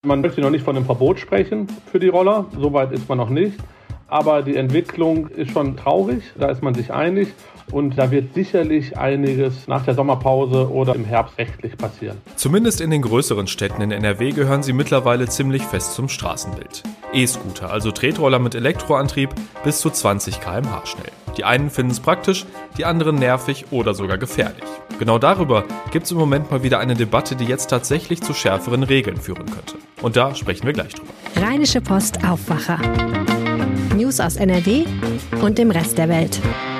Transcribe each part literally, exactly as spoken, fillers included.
Man möchte noch nicht von einem Verbot sprechen für die Roller, soweit ist man noch nicht. Aber die Entwicklung ist schon traurig, da ist man sich einig. Und da wird sicherlich einiges nach der Sommerpause oder im Herbst rechtlich passieren. Zumindest in den größeren Städten in N R W gehören sie mittlerweile ziemlich fest zum Straßenbild. E-Scooter, also Tretroller mit Elektroantrieb, bis zu zwanzig Kilometer pro Stunde schnell. Die einen finden es praktisch, die anderen nervig oder sogar gefährlich. Genau darüber gibt es im Moment mal wieder eine Debatte, die jetzt tatsächlich zu schärferen Regeln führen könnte. Und da sprechen wir gleich drüber. Rheinische Post Aufwacher. News aus N R W und dem Rest der Welt.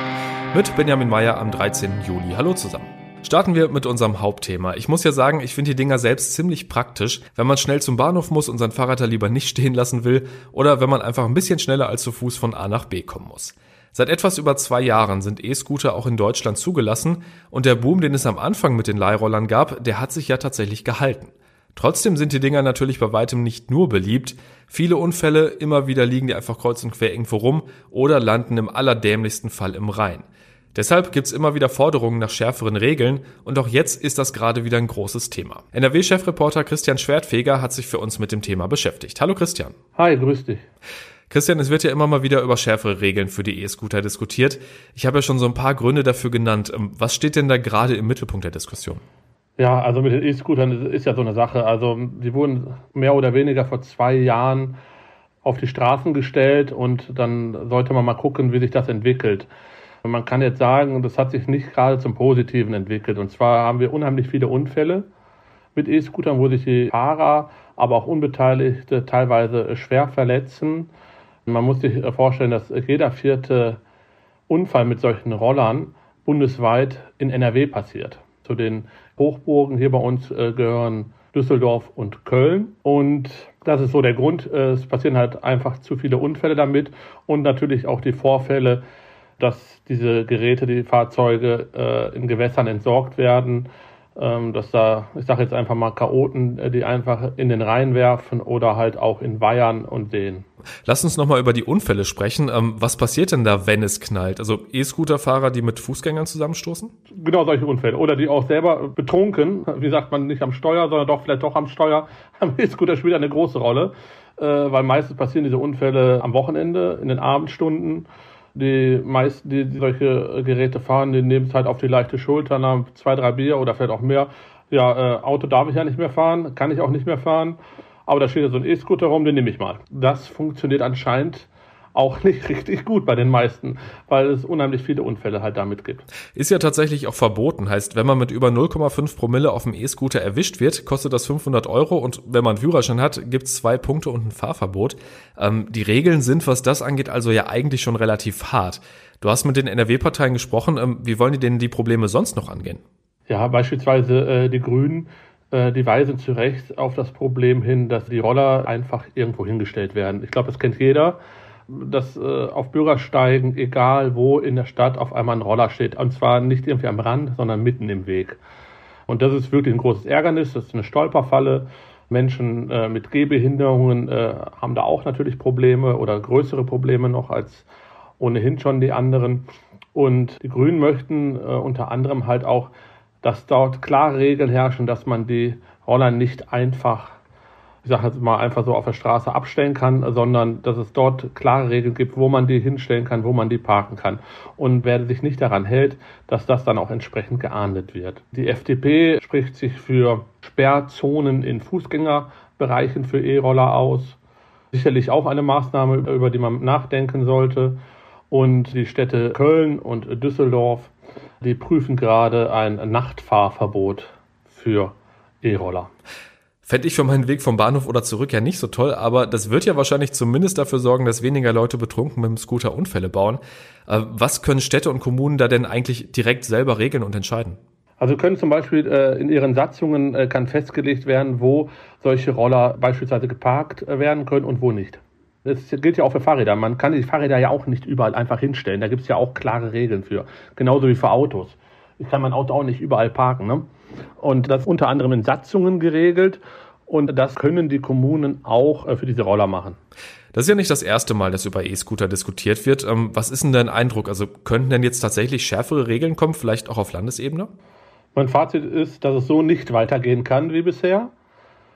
Mit Benjamin Meyer am dreizehnten Juli. Hallo zusammen. Starten wir mit unserem Hauptthema. Ich muss ja sagen, ich finde die Dinger selbst ziemlich praktisch, wenn man schnell zum Bahnhof muss und sein Fahrrad da lieber nicht stehen lassen will oder wenn man einfach ein bisschen schneller als zu Fuß von A nach B kommen muss. Seit etwas über zwei Jahren sind E-Scooter auch in Deutschland zugelassen und der Boom, den es am Anfang mit den Leihrollern gab, der hat sich ja tatsächlich gehalten. Trotzdem sind die Dinger natürlich bei weitem nicht nur beliebt. Viele Unfälle, immer wieder liegen die einfach kreuz und quer irgendwo rum oder landen im allerdämlichsten Fall im Rhein. Deshalb gibt's immer wieder Forderungen nach schärferen Regeln und auch jetzt ist das gerade wieder ein großes Thema. N R W-Chefreporter Christian Schwertfeger hat sich für uns mit dem Thema beschäftigt. Hallo Christian. Hi, grüß dich. Christian, es wird ja immer mal wieder über schärfere Regeln für die E-Scooter diskutiert. Ich habe ja schon so ein paar Gründe dafür genannt. Was steht denn da gerade im Mittelpunkt der Diskussion? Ja, also mit den E-Scootern ist ja so eine Sache. Also die wurden mehr oder weniger vor zwei Jahren auf die Straßen gestellt und dann sollte man mal gucken, wie sich das entwickelt. Man kann jetzt sagen, das hat sich nicht gerade zum Positiven entwickelt. Und zwar haben wir unheimlich viele Unfälle mit E-Scootern, wo sich die Fahrer, aber auch Unbeteiligte teilweise schwer verletzen. Man muss sich vorstellen, dass jeder vierte Unfall mit solchen Rollern bundesweit in N R W passiert. Zu den Hochburgen hier bei uns gehören Düsseldorf und Köln. Und das ist so der Grund. Es passieren halt einfach zu viele Unfälle damit und natürlich auch die Vorfälle, dass diese Geräte, die Fahrzeuge äh, in Gewässern entsorgt werden, ähm, dass da, ich sage jetzt einfach mal Chaoten, äh, die einfach in den Rhein werfen oder halt auch in Weihern und Seen. Lass uns nochmal über die Unfälle sprechen. Ähm, was passiert denn da, wenn es knallt? Also E-Scooter-Fahrer, die mit Fußgängern zusammenstoßen? Genau, solche Unfälle. Oder die auch selber betrunken, wie sagt man, nicht am Steuer, sondern doch vielleicht doch am Steuer. Am E-Scooter spielt eine große Rolle, äh, weil meistens passieren diese Unfälle am Wochenende, in den Abendstunden. Die meisten, die solche Geräte fahren, die nehmen es halt auf die leichte Schulter, haben zwei, drei Bier oder vielleicht auch mehr. Ja, äh, Auto darf ich ja nicht mehr fahren, kann ich auch nicht mehr fahren. Aber da steht ja so ein E-Scooter rum, den nehme ich mal. Das funktioniert anscheinend auch nicht richtig gut bei den meisten, weil es unheimlich viele Unfälle halt damit gibt. Ist ja tatsächlich auch verboten. Heißt, wenn man mit über null Komma fünf Promille auf dem E-Scooter erwischt wird, kostet das fünfhundert Euro und wenn man einen Führerschein hat, gibt's zwei Punkte und ein Fahrverbot. Ähm, die Regeln sind, was das angeht, also ja eigentlich schon relativ hart. Du hast mit den N R W-Parteien gesprochen. Ähm, wie wollen die denn die Probleme sonst noch angehen? Ja, beispielsweise äh, die Grünen, äh, die weisen zu Recht auf das Problem hin, dass die Roller einfach irgendwo hingestellt werden. Ich glaube, das kennt jeder, dass äh, auf Bürgersteigen, egal wo in der Stadt, auf einmal ein Roller steht. Und zwar nicht irgendwie am Rand, sondern mitten im Weg. Und das ist wirklich ein großes Ärgernis, das ist eine Stolperfalle. Menschen äh, mit Gehbehinderungen äh, haben da auch natürlich Probleme oder größere Probleme noch als ohnehin schon die anderen. Und die Grünen möchten äh, unter anderem halt auch, dass dort klare Regeln herrschen, dass man die Roller nicht einfach ich sage jetzt mal, einfach so auf der Straße abstellen kann, sondern dass es dort klare Regeln gibt, wo man die hinstellen kann, wo man die parken kann. Und wer sich nicht daran hält, dass das dann auch entsprechend geahndet wird. Die F D P spricht sich für Sperrzonen in Fußgängerbereichen für E-Roller aus. Sicherlich auch eine Maßnahme, über die man nachdenken sollte. Und die Städte Köln und Düsseldorf, die prüfen gerade ein Nachtfahrverbot für E-Roller. Fände ich für meinen Weg vom Bahnhof oder zurück ja nicht so toll, aber das wird ja wahrscheinlich zumindest dafür sorgen, dass weniger Leute betrunken mit dem Scooter Unfälle bauen. Was können Städte und Kommunen da denn eigentlich direkt selber regeln und entscheiden? Also können zum Beispiel äh, in ihren Satzungen äh, kann festgelegt werden, wo solche Roller beispielsweise geparkt äh, werden können und wo nicht. Das gilt ja auch für Fahrräder. Man kann die Fahrräder ja auch nicht überall einfach hinstellen. Da gibt es ja auch klare Regeln für. Genauso wie für Autos. Ich kann mein Auto auch nicht überall parken, ne? Und das ist unter anderem in Satzungen geregelt und das können die Kommunen auch für diese Roller machen. Das ist ja nicht das erste Mal, dass über E-Scooter diskutiert wird. Was ist denn dein Eindruck? Also könnten denn jetzt tatsächlich schärfere Regeln kommen, vielleicht auch auf Landesebene? Mein Fazit ist, dass es so nicht weitergehen kann wie bisher.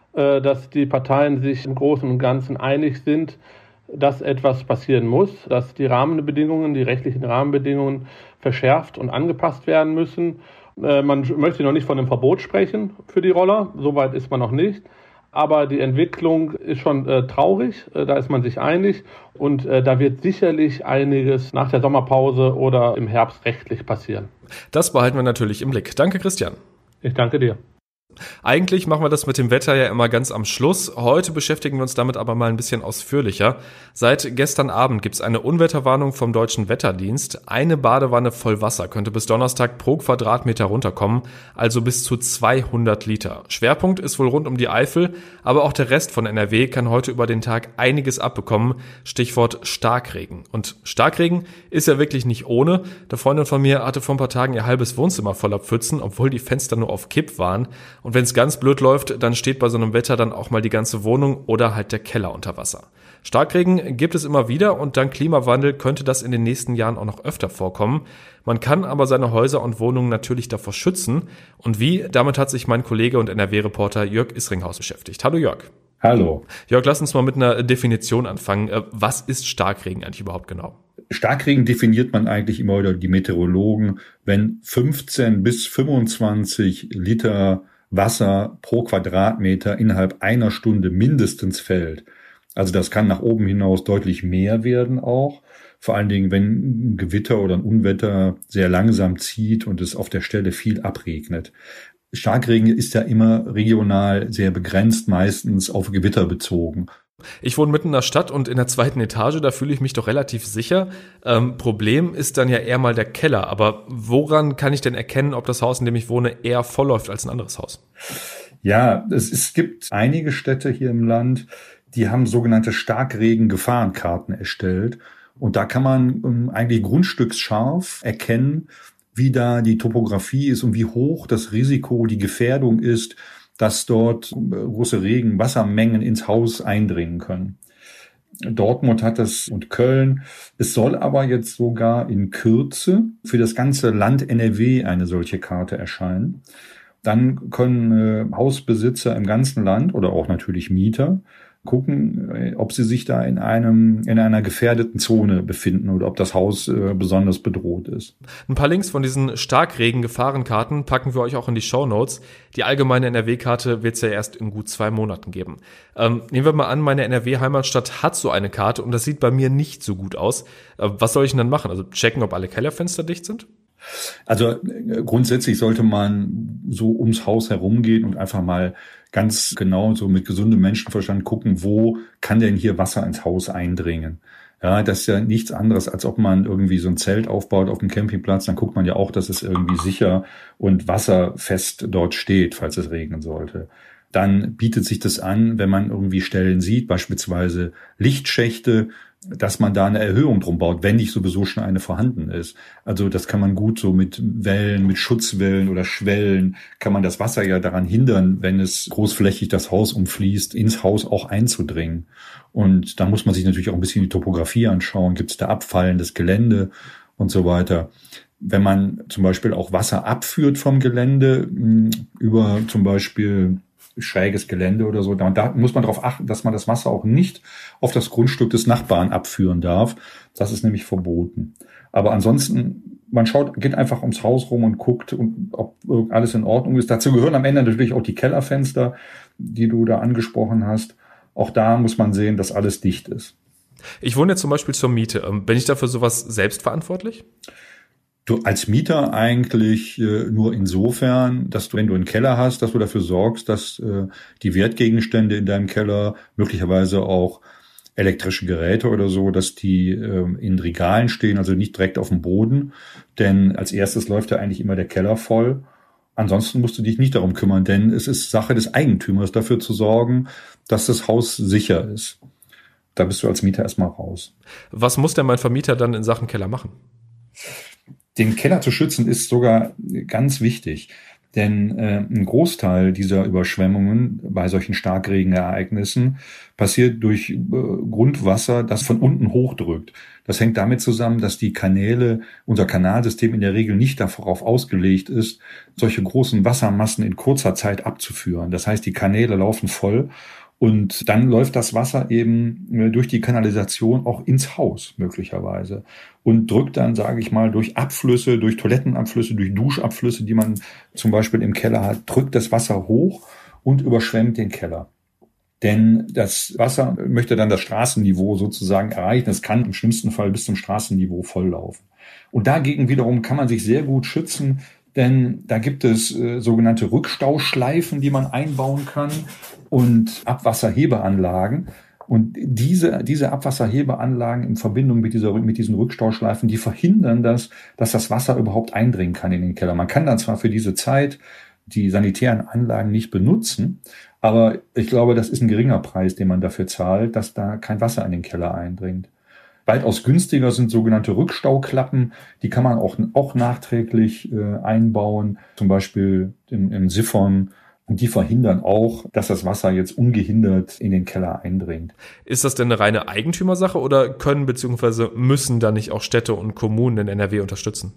dass die Parteien sich im Großen und Ganzen einig sind, dass etwas passieren muss, dass die Rahmenbedingungen, die rechtlichen Rahmenbedingungen verschärft und angepasst werden müssen. Man möchte noch nicht von einem Verbot sprechen für die Roller, soweit ist man noch nicht. Aber die Entwicklung ist schon äh, traurig, äh, da ist man sich einig und äh, da wird sicherlich einiges nach der Sommerpause oder im Herbst rechtlich passieren. Das behalten wir natürlich im Blick. Danke, Christian. Ich danke dir. Eigentlich machen wir das mit dem Wetter ja immer ganz am Schluss. Heute beschäftigen wir uns damit aber mal ein bisschen ausführlicher. Seit gestern Abend gibt es eine Unwetterwarnung vom Deutschen Wetterdienst. Eine Badewanne voll Wasser könnte bis Donnerstag pro Quadratmeter runterkommen, also bis zu zweihundert Liter. Schwerpunkt ist wohl rund um die Eifel, aber auch der Rest von N R W kann heute über den Tag einiges abbekommen. Stichwort Starkregen. Und Starkregen ist ja wirklich nicht ohne. Eine Freundin von mir hatte vor ein paar Tagen ihr halbes Wohnzimmer voller Pfützen, obwohl die Fenster nur auf Kipp waren. Und wenn es ganz blöd läuft, dann steht bei so einem Wetter dann auch mal die ganze Wohnung oder halt der Keller unter Wasser. Starkregen gibt es immer wieder und dank Klimawandel könnte das in den nächsten Jahren auch noch öfter vorkommen. Man kann aber seine Häuser und Wohnungen natürlich davor schützen. Und wie? Damit hat sich mein Kollege und N R W-Reporter Jörg Isringhaus beschäftigt. Hallo Jörg. Hallo. Jörg, lass uns mal mit einer Definition anfangen. Was ist Starkregen eigentlich überhaupt genau? Starkregen definiert man eigentlich immer, oder die Meteorologen, wenn fünfzehn bis fünfundzwanzig Liter Wasser pro Quadratmeter innerhalb einer Stunde mindestens fällt. Also das kann nach oben hinaus deutlich mehr werden auch. Vor allen Dingen, wenn ein Gewitter oder ein Unwetter sehr langsam zieht und es auf der Stelle viel abregnet. Starkregen ist ja immer regional sehr begrenzt, meistens auf Gewitter bezogen. Ich wohne mitten in der Stadt und in der zweiten Etage, da fühle ich mich doch relativ sicher. Ähm, Problem ist dann ja eher mal der Keller. Aber woran kann ich denn erkennen, ob das Haus, in dem ich wohne, eher vollläuft als ein anderes Haus? Ja, es, es gibt einige Städte hier im Land, die haben sogenannte Starkregen-Gefahrenkarten erstellt. Und da kann man ähm, eigentlich grundstücksscharf erkennen, wie da die Topografie ist und wie hoch das Risiko, die Gefährdung ist, dass dort große Regenwassermengen ins Haus eindringen können. Dortmund hat das und Köln. Es soll aber jetzt sogar in Kürze für das ganze Land N R W eine solche Karte erscheinen. Dann können äh, Hausbesitzer im ganzen Land oder auch natürlich Mieter gucken, ob sie sich da in einem in einer gefährdeten Zone befinden oder ob das Haus äh, besonders bedroht ist. Ein paar Links von diesen Starkregen-Gefahrenkarten packen wir euch auch in die Shownotes. Die allgemeine N R W-Karte wird es ja erst in gut zwei Monaten geben. Ähm, nehmen wir mal an, meine N R W-Heimatstadt hat so eine Karte und das sieht bei mir nicht so gut aus. Äh, was soll ich denn dann machen? Also checken, ob alle Kellerfenster dicht sind? Also grundsätzlich sollte man so ums Haus herumgehen und einfach mal ganz genau so mit gesundem Menschenverstand gucken, wo kann denn hier Wasser ins Haus eindringen. Ja, das ist ja nichts anderes, als ob man irgendwie so ein Zelt aufbaut auf dem Campingplatz. Dann guckt man ja auch, dass es irgendwie sicher und wasserfest dort steht, falls es regnen sollte. Dann bietet sich das an, wenn man irgendwie Stellen sieht, beispielsweise Lichtschächte, dass man da eine Erhöhung drum baut, wenn nicht sowieso schon eine vorhanden ist. Also das kann man gut so mit Wellen, mit Schutzwellen oder Schwellen, kann man das Wasser ja daran hindern, wenn es großflächig das Haus umfließt, ins Haus auch einzudringen. Und da muss man sich natürlich auch ein bisschen die Topografie anschauen. Gibt es da abfallendes Gelände und so weiter. Wenn man zum Beispiel auch Wasser abführt vom Gelände über zum Beispiel schräges Gelände oder so, da muss man darauf achten, dass man das Wasser auch nicht auf das Grundstück des Nachbarn abführen darf. Das ist nämlich verboten. Aber ansonsten, man schaut, geht einfach ums Haus rum und guckt, ob alles in Ordnung ist. Dazu gehören am Ende natürlich auch die Kellerfenster, die du da angesprochen hast. Auch da muss man sehen, dass alles dicht ist. Ich wohne jetzt zum Beispiel zur Miete. Bin ich dafür sowas selbst verantwortlich? Du als Mieter eigentlich äh, nur insofern, dass du, wenn du einen Keller hast, dass du dafür sorgst, dass äh, die Wertgegenstände in deinem Keller, möglicherweise auch elektrische Geräte oder so, dass die äh, in Regalen stehen, also nicht direkt auf dem Boden. Denn als erstes läuft ja eigentlich immer der Keller voll. Ansonsten musst du dich nicht darum kümmern, denn es ist Sache des Eigentümers, dafür zu sorgen, dass das Haus sicher ist. Da bist du als Mieter erstmal raus. Was muss denn mein Vermieter dann in Sachen Keller machen? Den Keller zu schützen ist sogar ganz wichtig. Denn äh, ein Großteil dieser Überschwemmungen bei solchen Starkregenereignissen passiert durch äh, Grundwasser, das von unten hochdrückt. Das hängt damit zusammen, dass die Kanäle, unser Kanalsystem in der Regel nicht darauf ausgelegt ist, solche großen Wassermassen in kurzer Zeit abzuführen. Das heißt, die Kanäle laufen voll. Und dann läuft das Wasser eben durch die Kanalisation auch ins Haus möglicherweise und drückt dann, sage ich mal, durch Abflüsse, durch Toilettenabflüsse, durch Duschabflüsse, die man zum Beispiel im Keller hat, drückt das Wasser hoch und überschwemmt den Keller. Denn das Wasser möchte dann das Straßenniveau sozusagen erreichen. Es kann im schlimmsten Fall bis zum Straßenniveau volllaufen. Und dagegen wiederum kann man sich sehr gut schützen, denn da gibt es äh, sogenannte Rückstauschleifen, die man einbauen kann und Abwasserhebeanlagen. Und diese, diese Abwasserhebeanlagen in Verbindung mit dieser, mit diesen Rückstauschleifen, die verhindern das, dass das Wasser überhaupt eindringen kann in den Keller. Man kann dann zwar für diese Zeit die sanitären Anlagen nicht benutzen, aber ich glaube, das ist ein geringer Preis, den man dafür zahlt, dass da kein Wasser in den Keller eindringt. Weitaus günstiger sind sogenannte Rückstauklappen. Die kann man auch, auch nachträglich äh, einbauen, zum Beispiel im, im Siphon. Und die verhindern auch, dass das Wasser jetzt ungehindert in den Keller eindringt. Ist das denn eine reine Eigentümersache oder können bzw. müssen da nicht auch Städte und Kommunen in N R W unterstützen?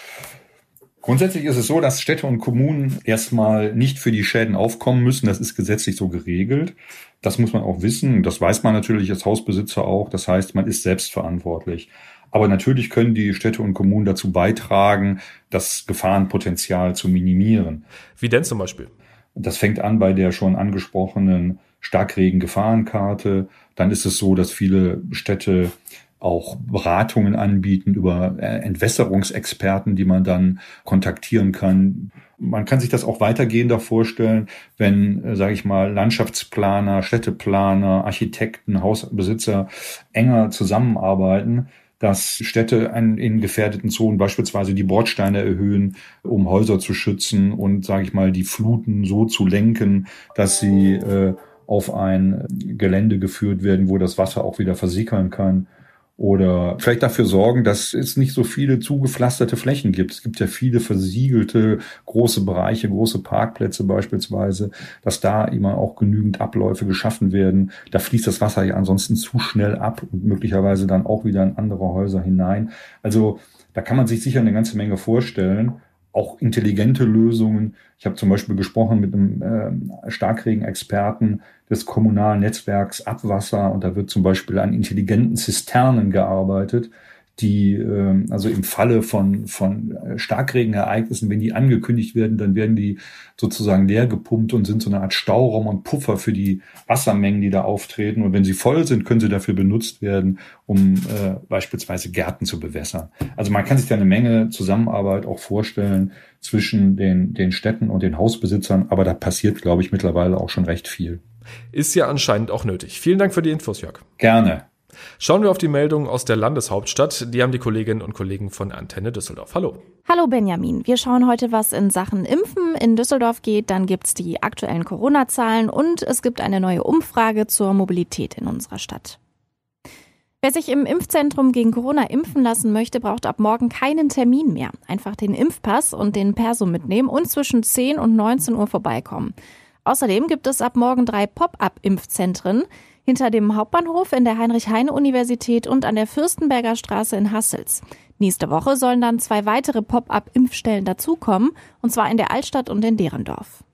Grundsätzlich ist es so, dass Städte und Kommunen erstmal nicht für die Schäden aufkommen müssen. Das ist gesetzlich so geregelt. Das muss man auch wissen. Das weiß man natürlich als Hausbesitzer auch. Das heißt, man ist selbstverantwortlich. Aber natürlich können die Städte und Kommunen dazu beitragen, das Gefahrenpotenzial zu minimieren. Wie denn zum Beispiel? Das fängt an bei der schon angesprochenen Starkregen-Gefahrenkarte. Dann ist es so, dass viele Städte auch Beratungen anbieten über Entwässerungsexperten, die man dann kontaktieren kann. Man kann sich das auch weitergehender vorstellen, wenn, sage ich mal, Landschaftsplaner, Städteplaner, Architekten, Hausbesitzer enger zusammenarbeiten, dass Städte in gefährdeten Zonen beispielsweise die Bordsteine erhöhen, um Häuser zu schützen und, sage ich mal, die Fluten so zu lenken, dass sie äh, auf ein Gelände geführt werden, wo das Wasser auch wieder versickern kann. Oder vielleicht dafür sorgen, dass es nicht so viele zugepflasterte Flächen gibt. Es gibt ja viele versiegelte große Bereiche, große Parkplätze beispielsweise, dass da immer auch genügend Abläufe geschaffen werden. Da fließt das Wasser ja ansonsten zu schnell ab und möglicherweise dann auch wieder in andere Häuser hinein. Also da kann man sich sicher eine ganze Menge vorstellen. Auch intelligente Lösungen. Ich habe zum Beispiel gesprochen mit einem äh, Starkregenexperten des kommunalen Netzwerks Abwasser und da wird zum Beispiel an intelligenten Zisternen gearbeitet, die äh, also im Falle von von Starkregenereignissen, wenn die angekündigt werden, dann werden die sozusagen leer gepumpt und sind so eine Art Stauraum und Puffer für die Wassermengen, die da auftreten. Und wenn sie voll sind, können sie dafür benutzt werden, um äh, beispielsweise Gärten zu bewässern. Also man kann sich da eine Menge Zusammenarbeit auch vorstellen zwischen den den Städten und den Hausbesitzern, aber da passiert, glaube ich, mittlerweile auch schon recht viel. Ist ja anscheinend auch nötig. Vielen Dank für die Infos, Jörg. Gerne. Schauen wir auf die Meldungen aus der Landeshauptstadt. Die haben die Kolleginnen und Kollegen von Antenne Düsseldorf. Hallo. Hallo Benjamin. Wir schauen heute, was in Sachen Impfen in Düsseldorf geht. Dann gibt's die aktuellen Corona-Zahlen und es gibt eine neue Umfrage zur Mobilität in unserer Stadt. Wer sich im Impfzentrum gegen Corona impfen lassen möchte, braucht ab morgen keinen Termin mehr. Einfach den Impfpass und den Perso mitnehmen und zwischen zehn und neunzehn Uhr vorbeikommen. Außerdem gibt es ab morgen drei Pop-up-Impfzentren hinter dem Hauptbahnhof, in der Heinrich-Heine-Universität und an der Fürstenberger Straße in Hassels. Nächste Woche sollen dann zwei weitere Pop-up-Impfstellen dazukommen, und zwar in der Altstadt und in Derendorf.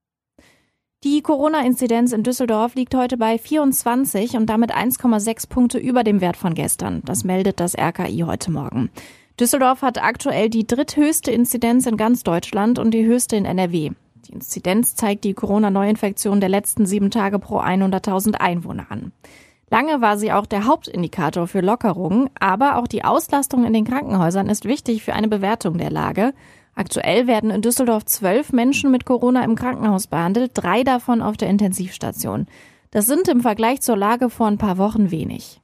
Die Corona-Inzidenz in Düsseldorf liegt heute bei vierundzwanzig und damit eins Komma sechs Punkte über dem Wert von gestern. Das meldet das R K I heute Morgen. Düsseldorf hat aktuell die dritthöchste Inzidenz in ganz Deutschland und die höchste in N R W. Die Inzidenz zeigt die Corona-Neuinfektion der letzten sieben Tage pro hunderttausend Einwohner an. Lange war sie auch der Hauptindikator für Lockerungen, aber auch die Auslastung in den Krankenhäusern ist wichtig für eine Bewertung der Lage. Aktuell werden in Düsseldorf zwölf Menschen mit Corona im Krankenhaus behandelt, drei davon auf der Intensivstation. Das sind im Vergleich zur Lage vor ein paar Wochen wenig.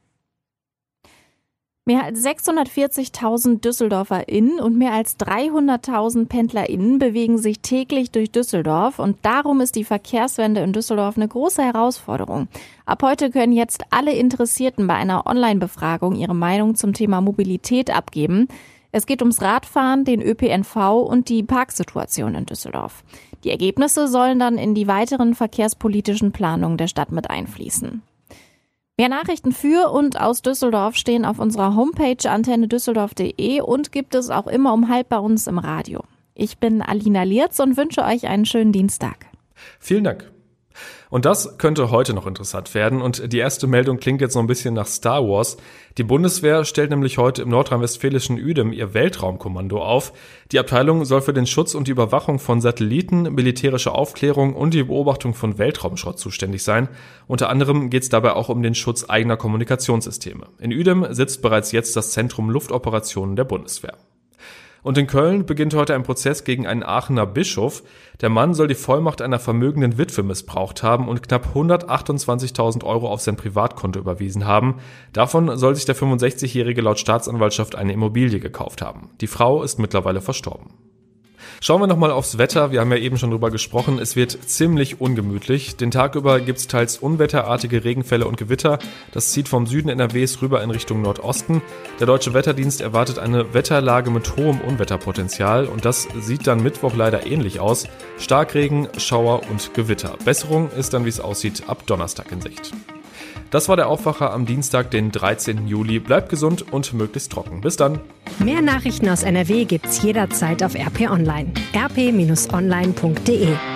Mehr als sechshundertvierzigtausend DüsseldorferInnen und mehr als dreihunderttausend PendlerInnen bewegen sich täglich durch Düsseldorf und darum ist die Verkehrswende in Düsseldorf eine große Herausforderung. Ab heute können jetzt alle Interessierten bei einer Online-Befragung ihre Meinung zum Thema Mobilität abgeben. Es geht ums Radfahren, den Ö P N V und die Parksituation in Düsseldorf. Die Ergebnisse sollen dann in die weiteren verkehrspolitischen Planungen der Stadt mit einfließen. Mehr Nachrichten für und aus Düsseldorf stehen auf unserer Homepage antenne düsseldorf punkt de und gibt es auch immer um halb bei uns im Radio. Ich bin Alina Lierz und wünsche euch einen schönen Dienstag. Vielen Dank. Und das könnte heute noch interessant werden und die erste Meldung klingt jetzt so ein bisschen nach Star Wars. Die Bundeswehr stellt nämlich heute im nordrhein-westfälischen Uedem ihr Weltraumkommando auf. Die Abteilung soll für den Schutz und die Überwachung von Satelliten, militärische Aufklärung und die Beobachtung von Weltraumschrott zuständig sein. Unter anderem geht es dabei auch um den Schutz eigener Kommunikationssysteme. In Uedem sitzt bereits jetzt das Zentrum Luftoperationen der Bundeswehr. Und in Köln beginnt heute ein Prozess gegen einen Aachener Bischof. Der Mann soll die Vollmacht einer vermögenden Witwe missbraucht haben und knapp hundertachtundzwanzigtausend Euro auf sein Privatkonto überwiesen haben. Davon soll sich der fünfundsechzigjährige laut Staatsanwaltschaft eine Immobilie gekauft haben. Die Frau ist mittlerweile verstorben. Schauen wir nochmal aufs Wetter. Wir haben ja eben schon drüber gesprochen. Es wird ziemlich ungemütlich. Den Tag über gibt es teils unwetterartige Regenfälle und Gewitter. Das zieht vom Süden N R Ws rüber in Richtung Nordosten. Der Deutsche Wetterdienst erwartet eine Wetterlage mit hohem Unwetterpotenzial. Und das sieht dann Mittwoch leider ähnlich aus. Starkregen, Schauer und Gewitter. Besserung ist dann, wie es aussieht, ab Donnerstag in Sicht. Das war der Aufwacher am Dienstag, den dreizehnten Juli. Bleibt gesund und möglichst trocken. Bis dann. Mehr Nachrichten aus N R W gibt's jederzeit auf R P Online. r p Bindestrich online punkt de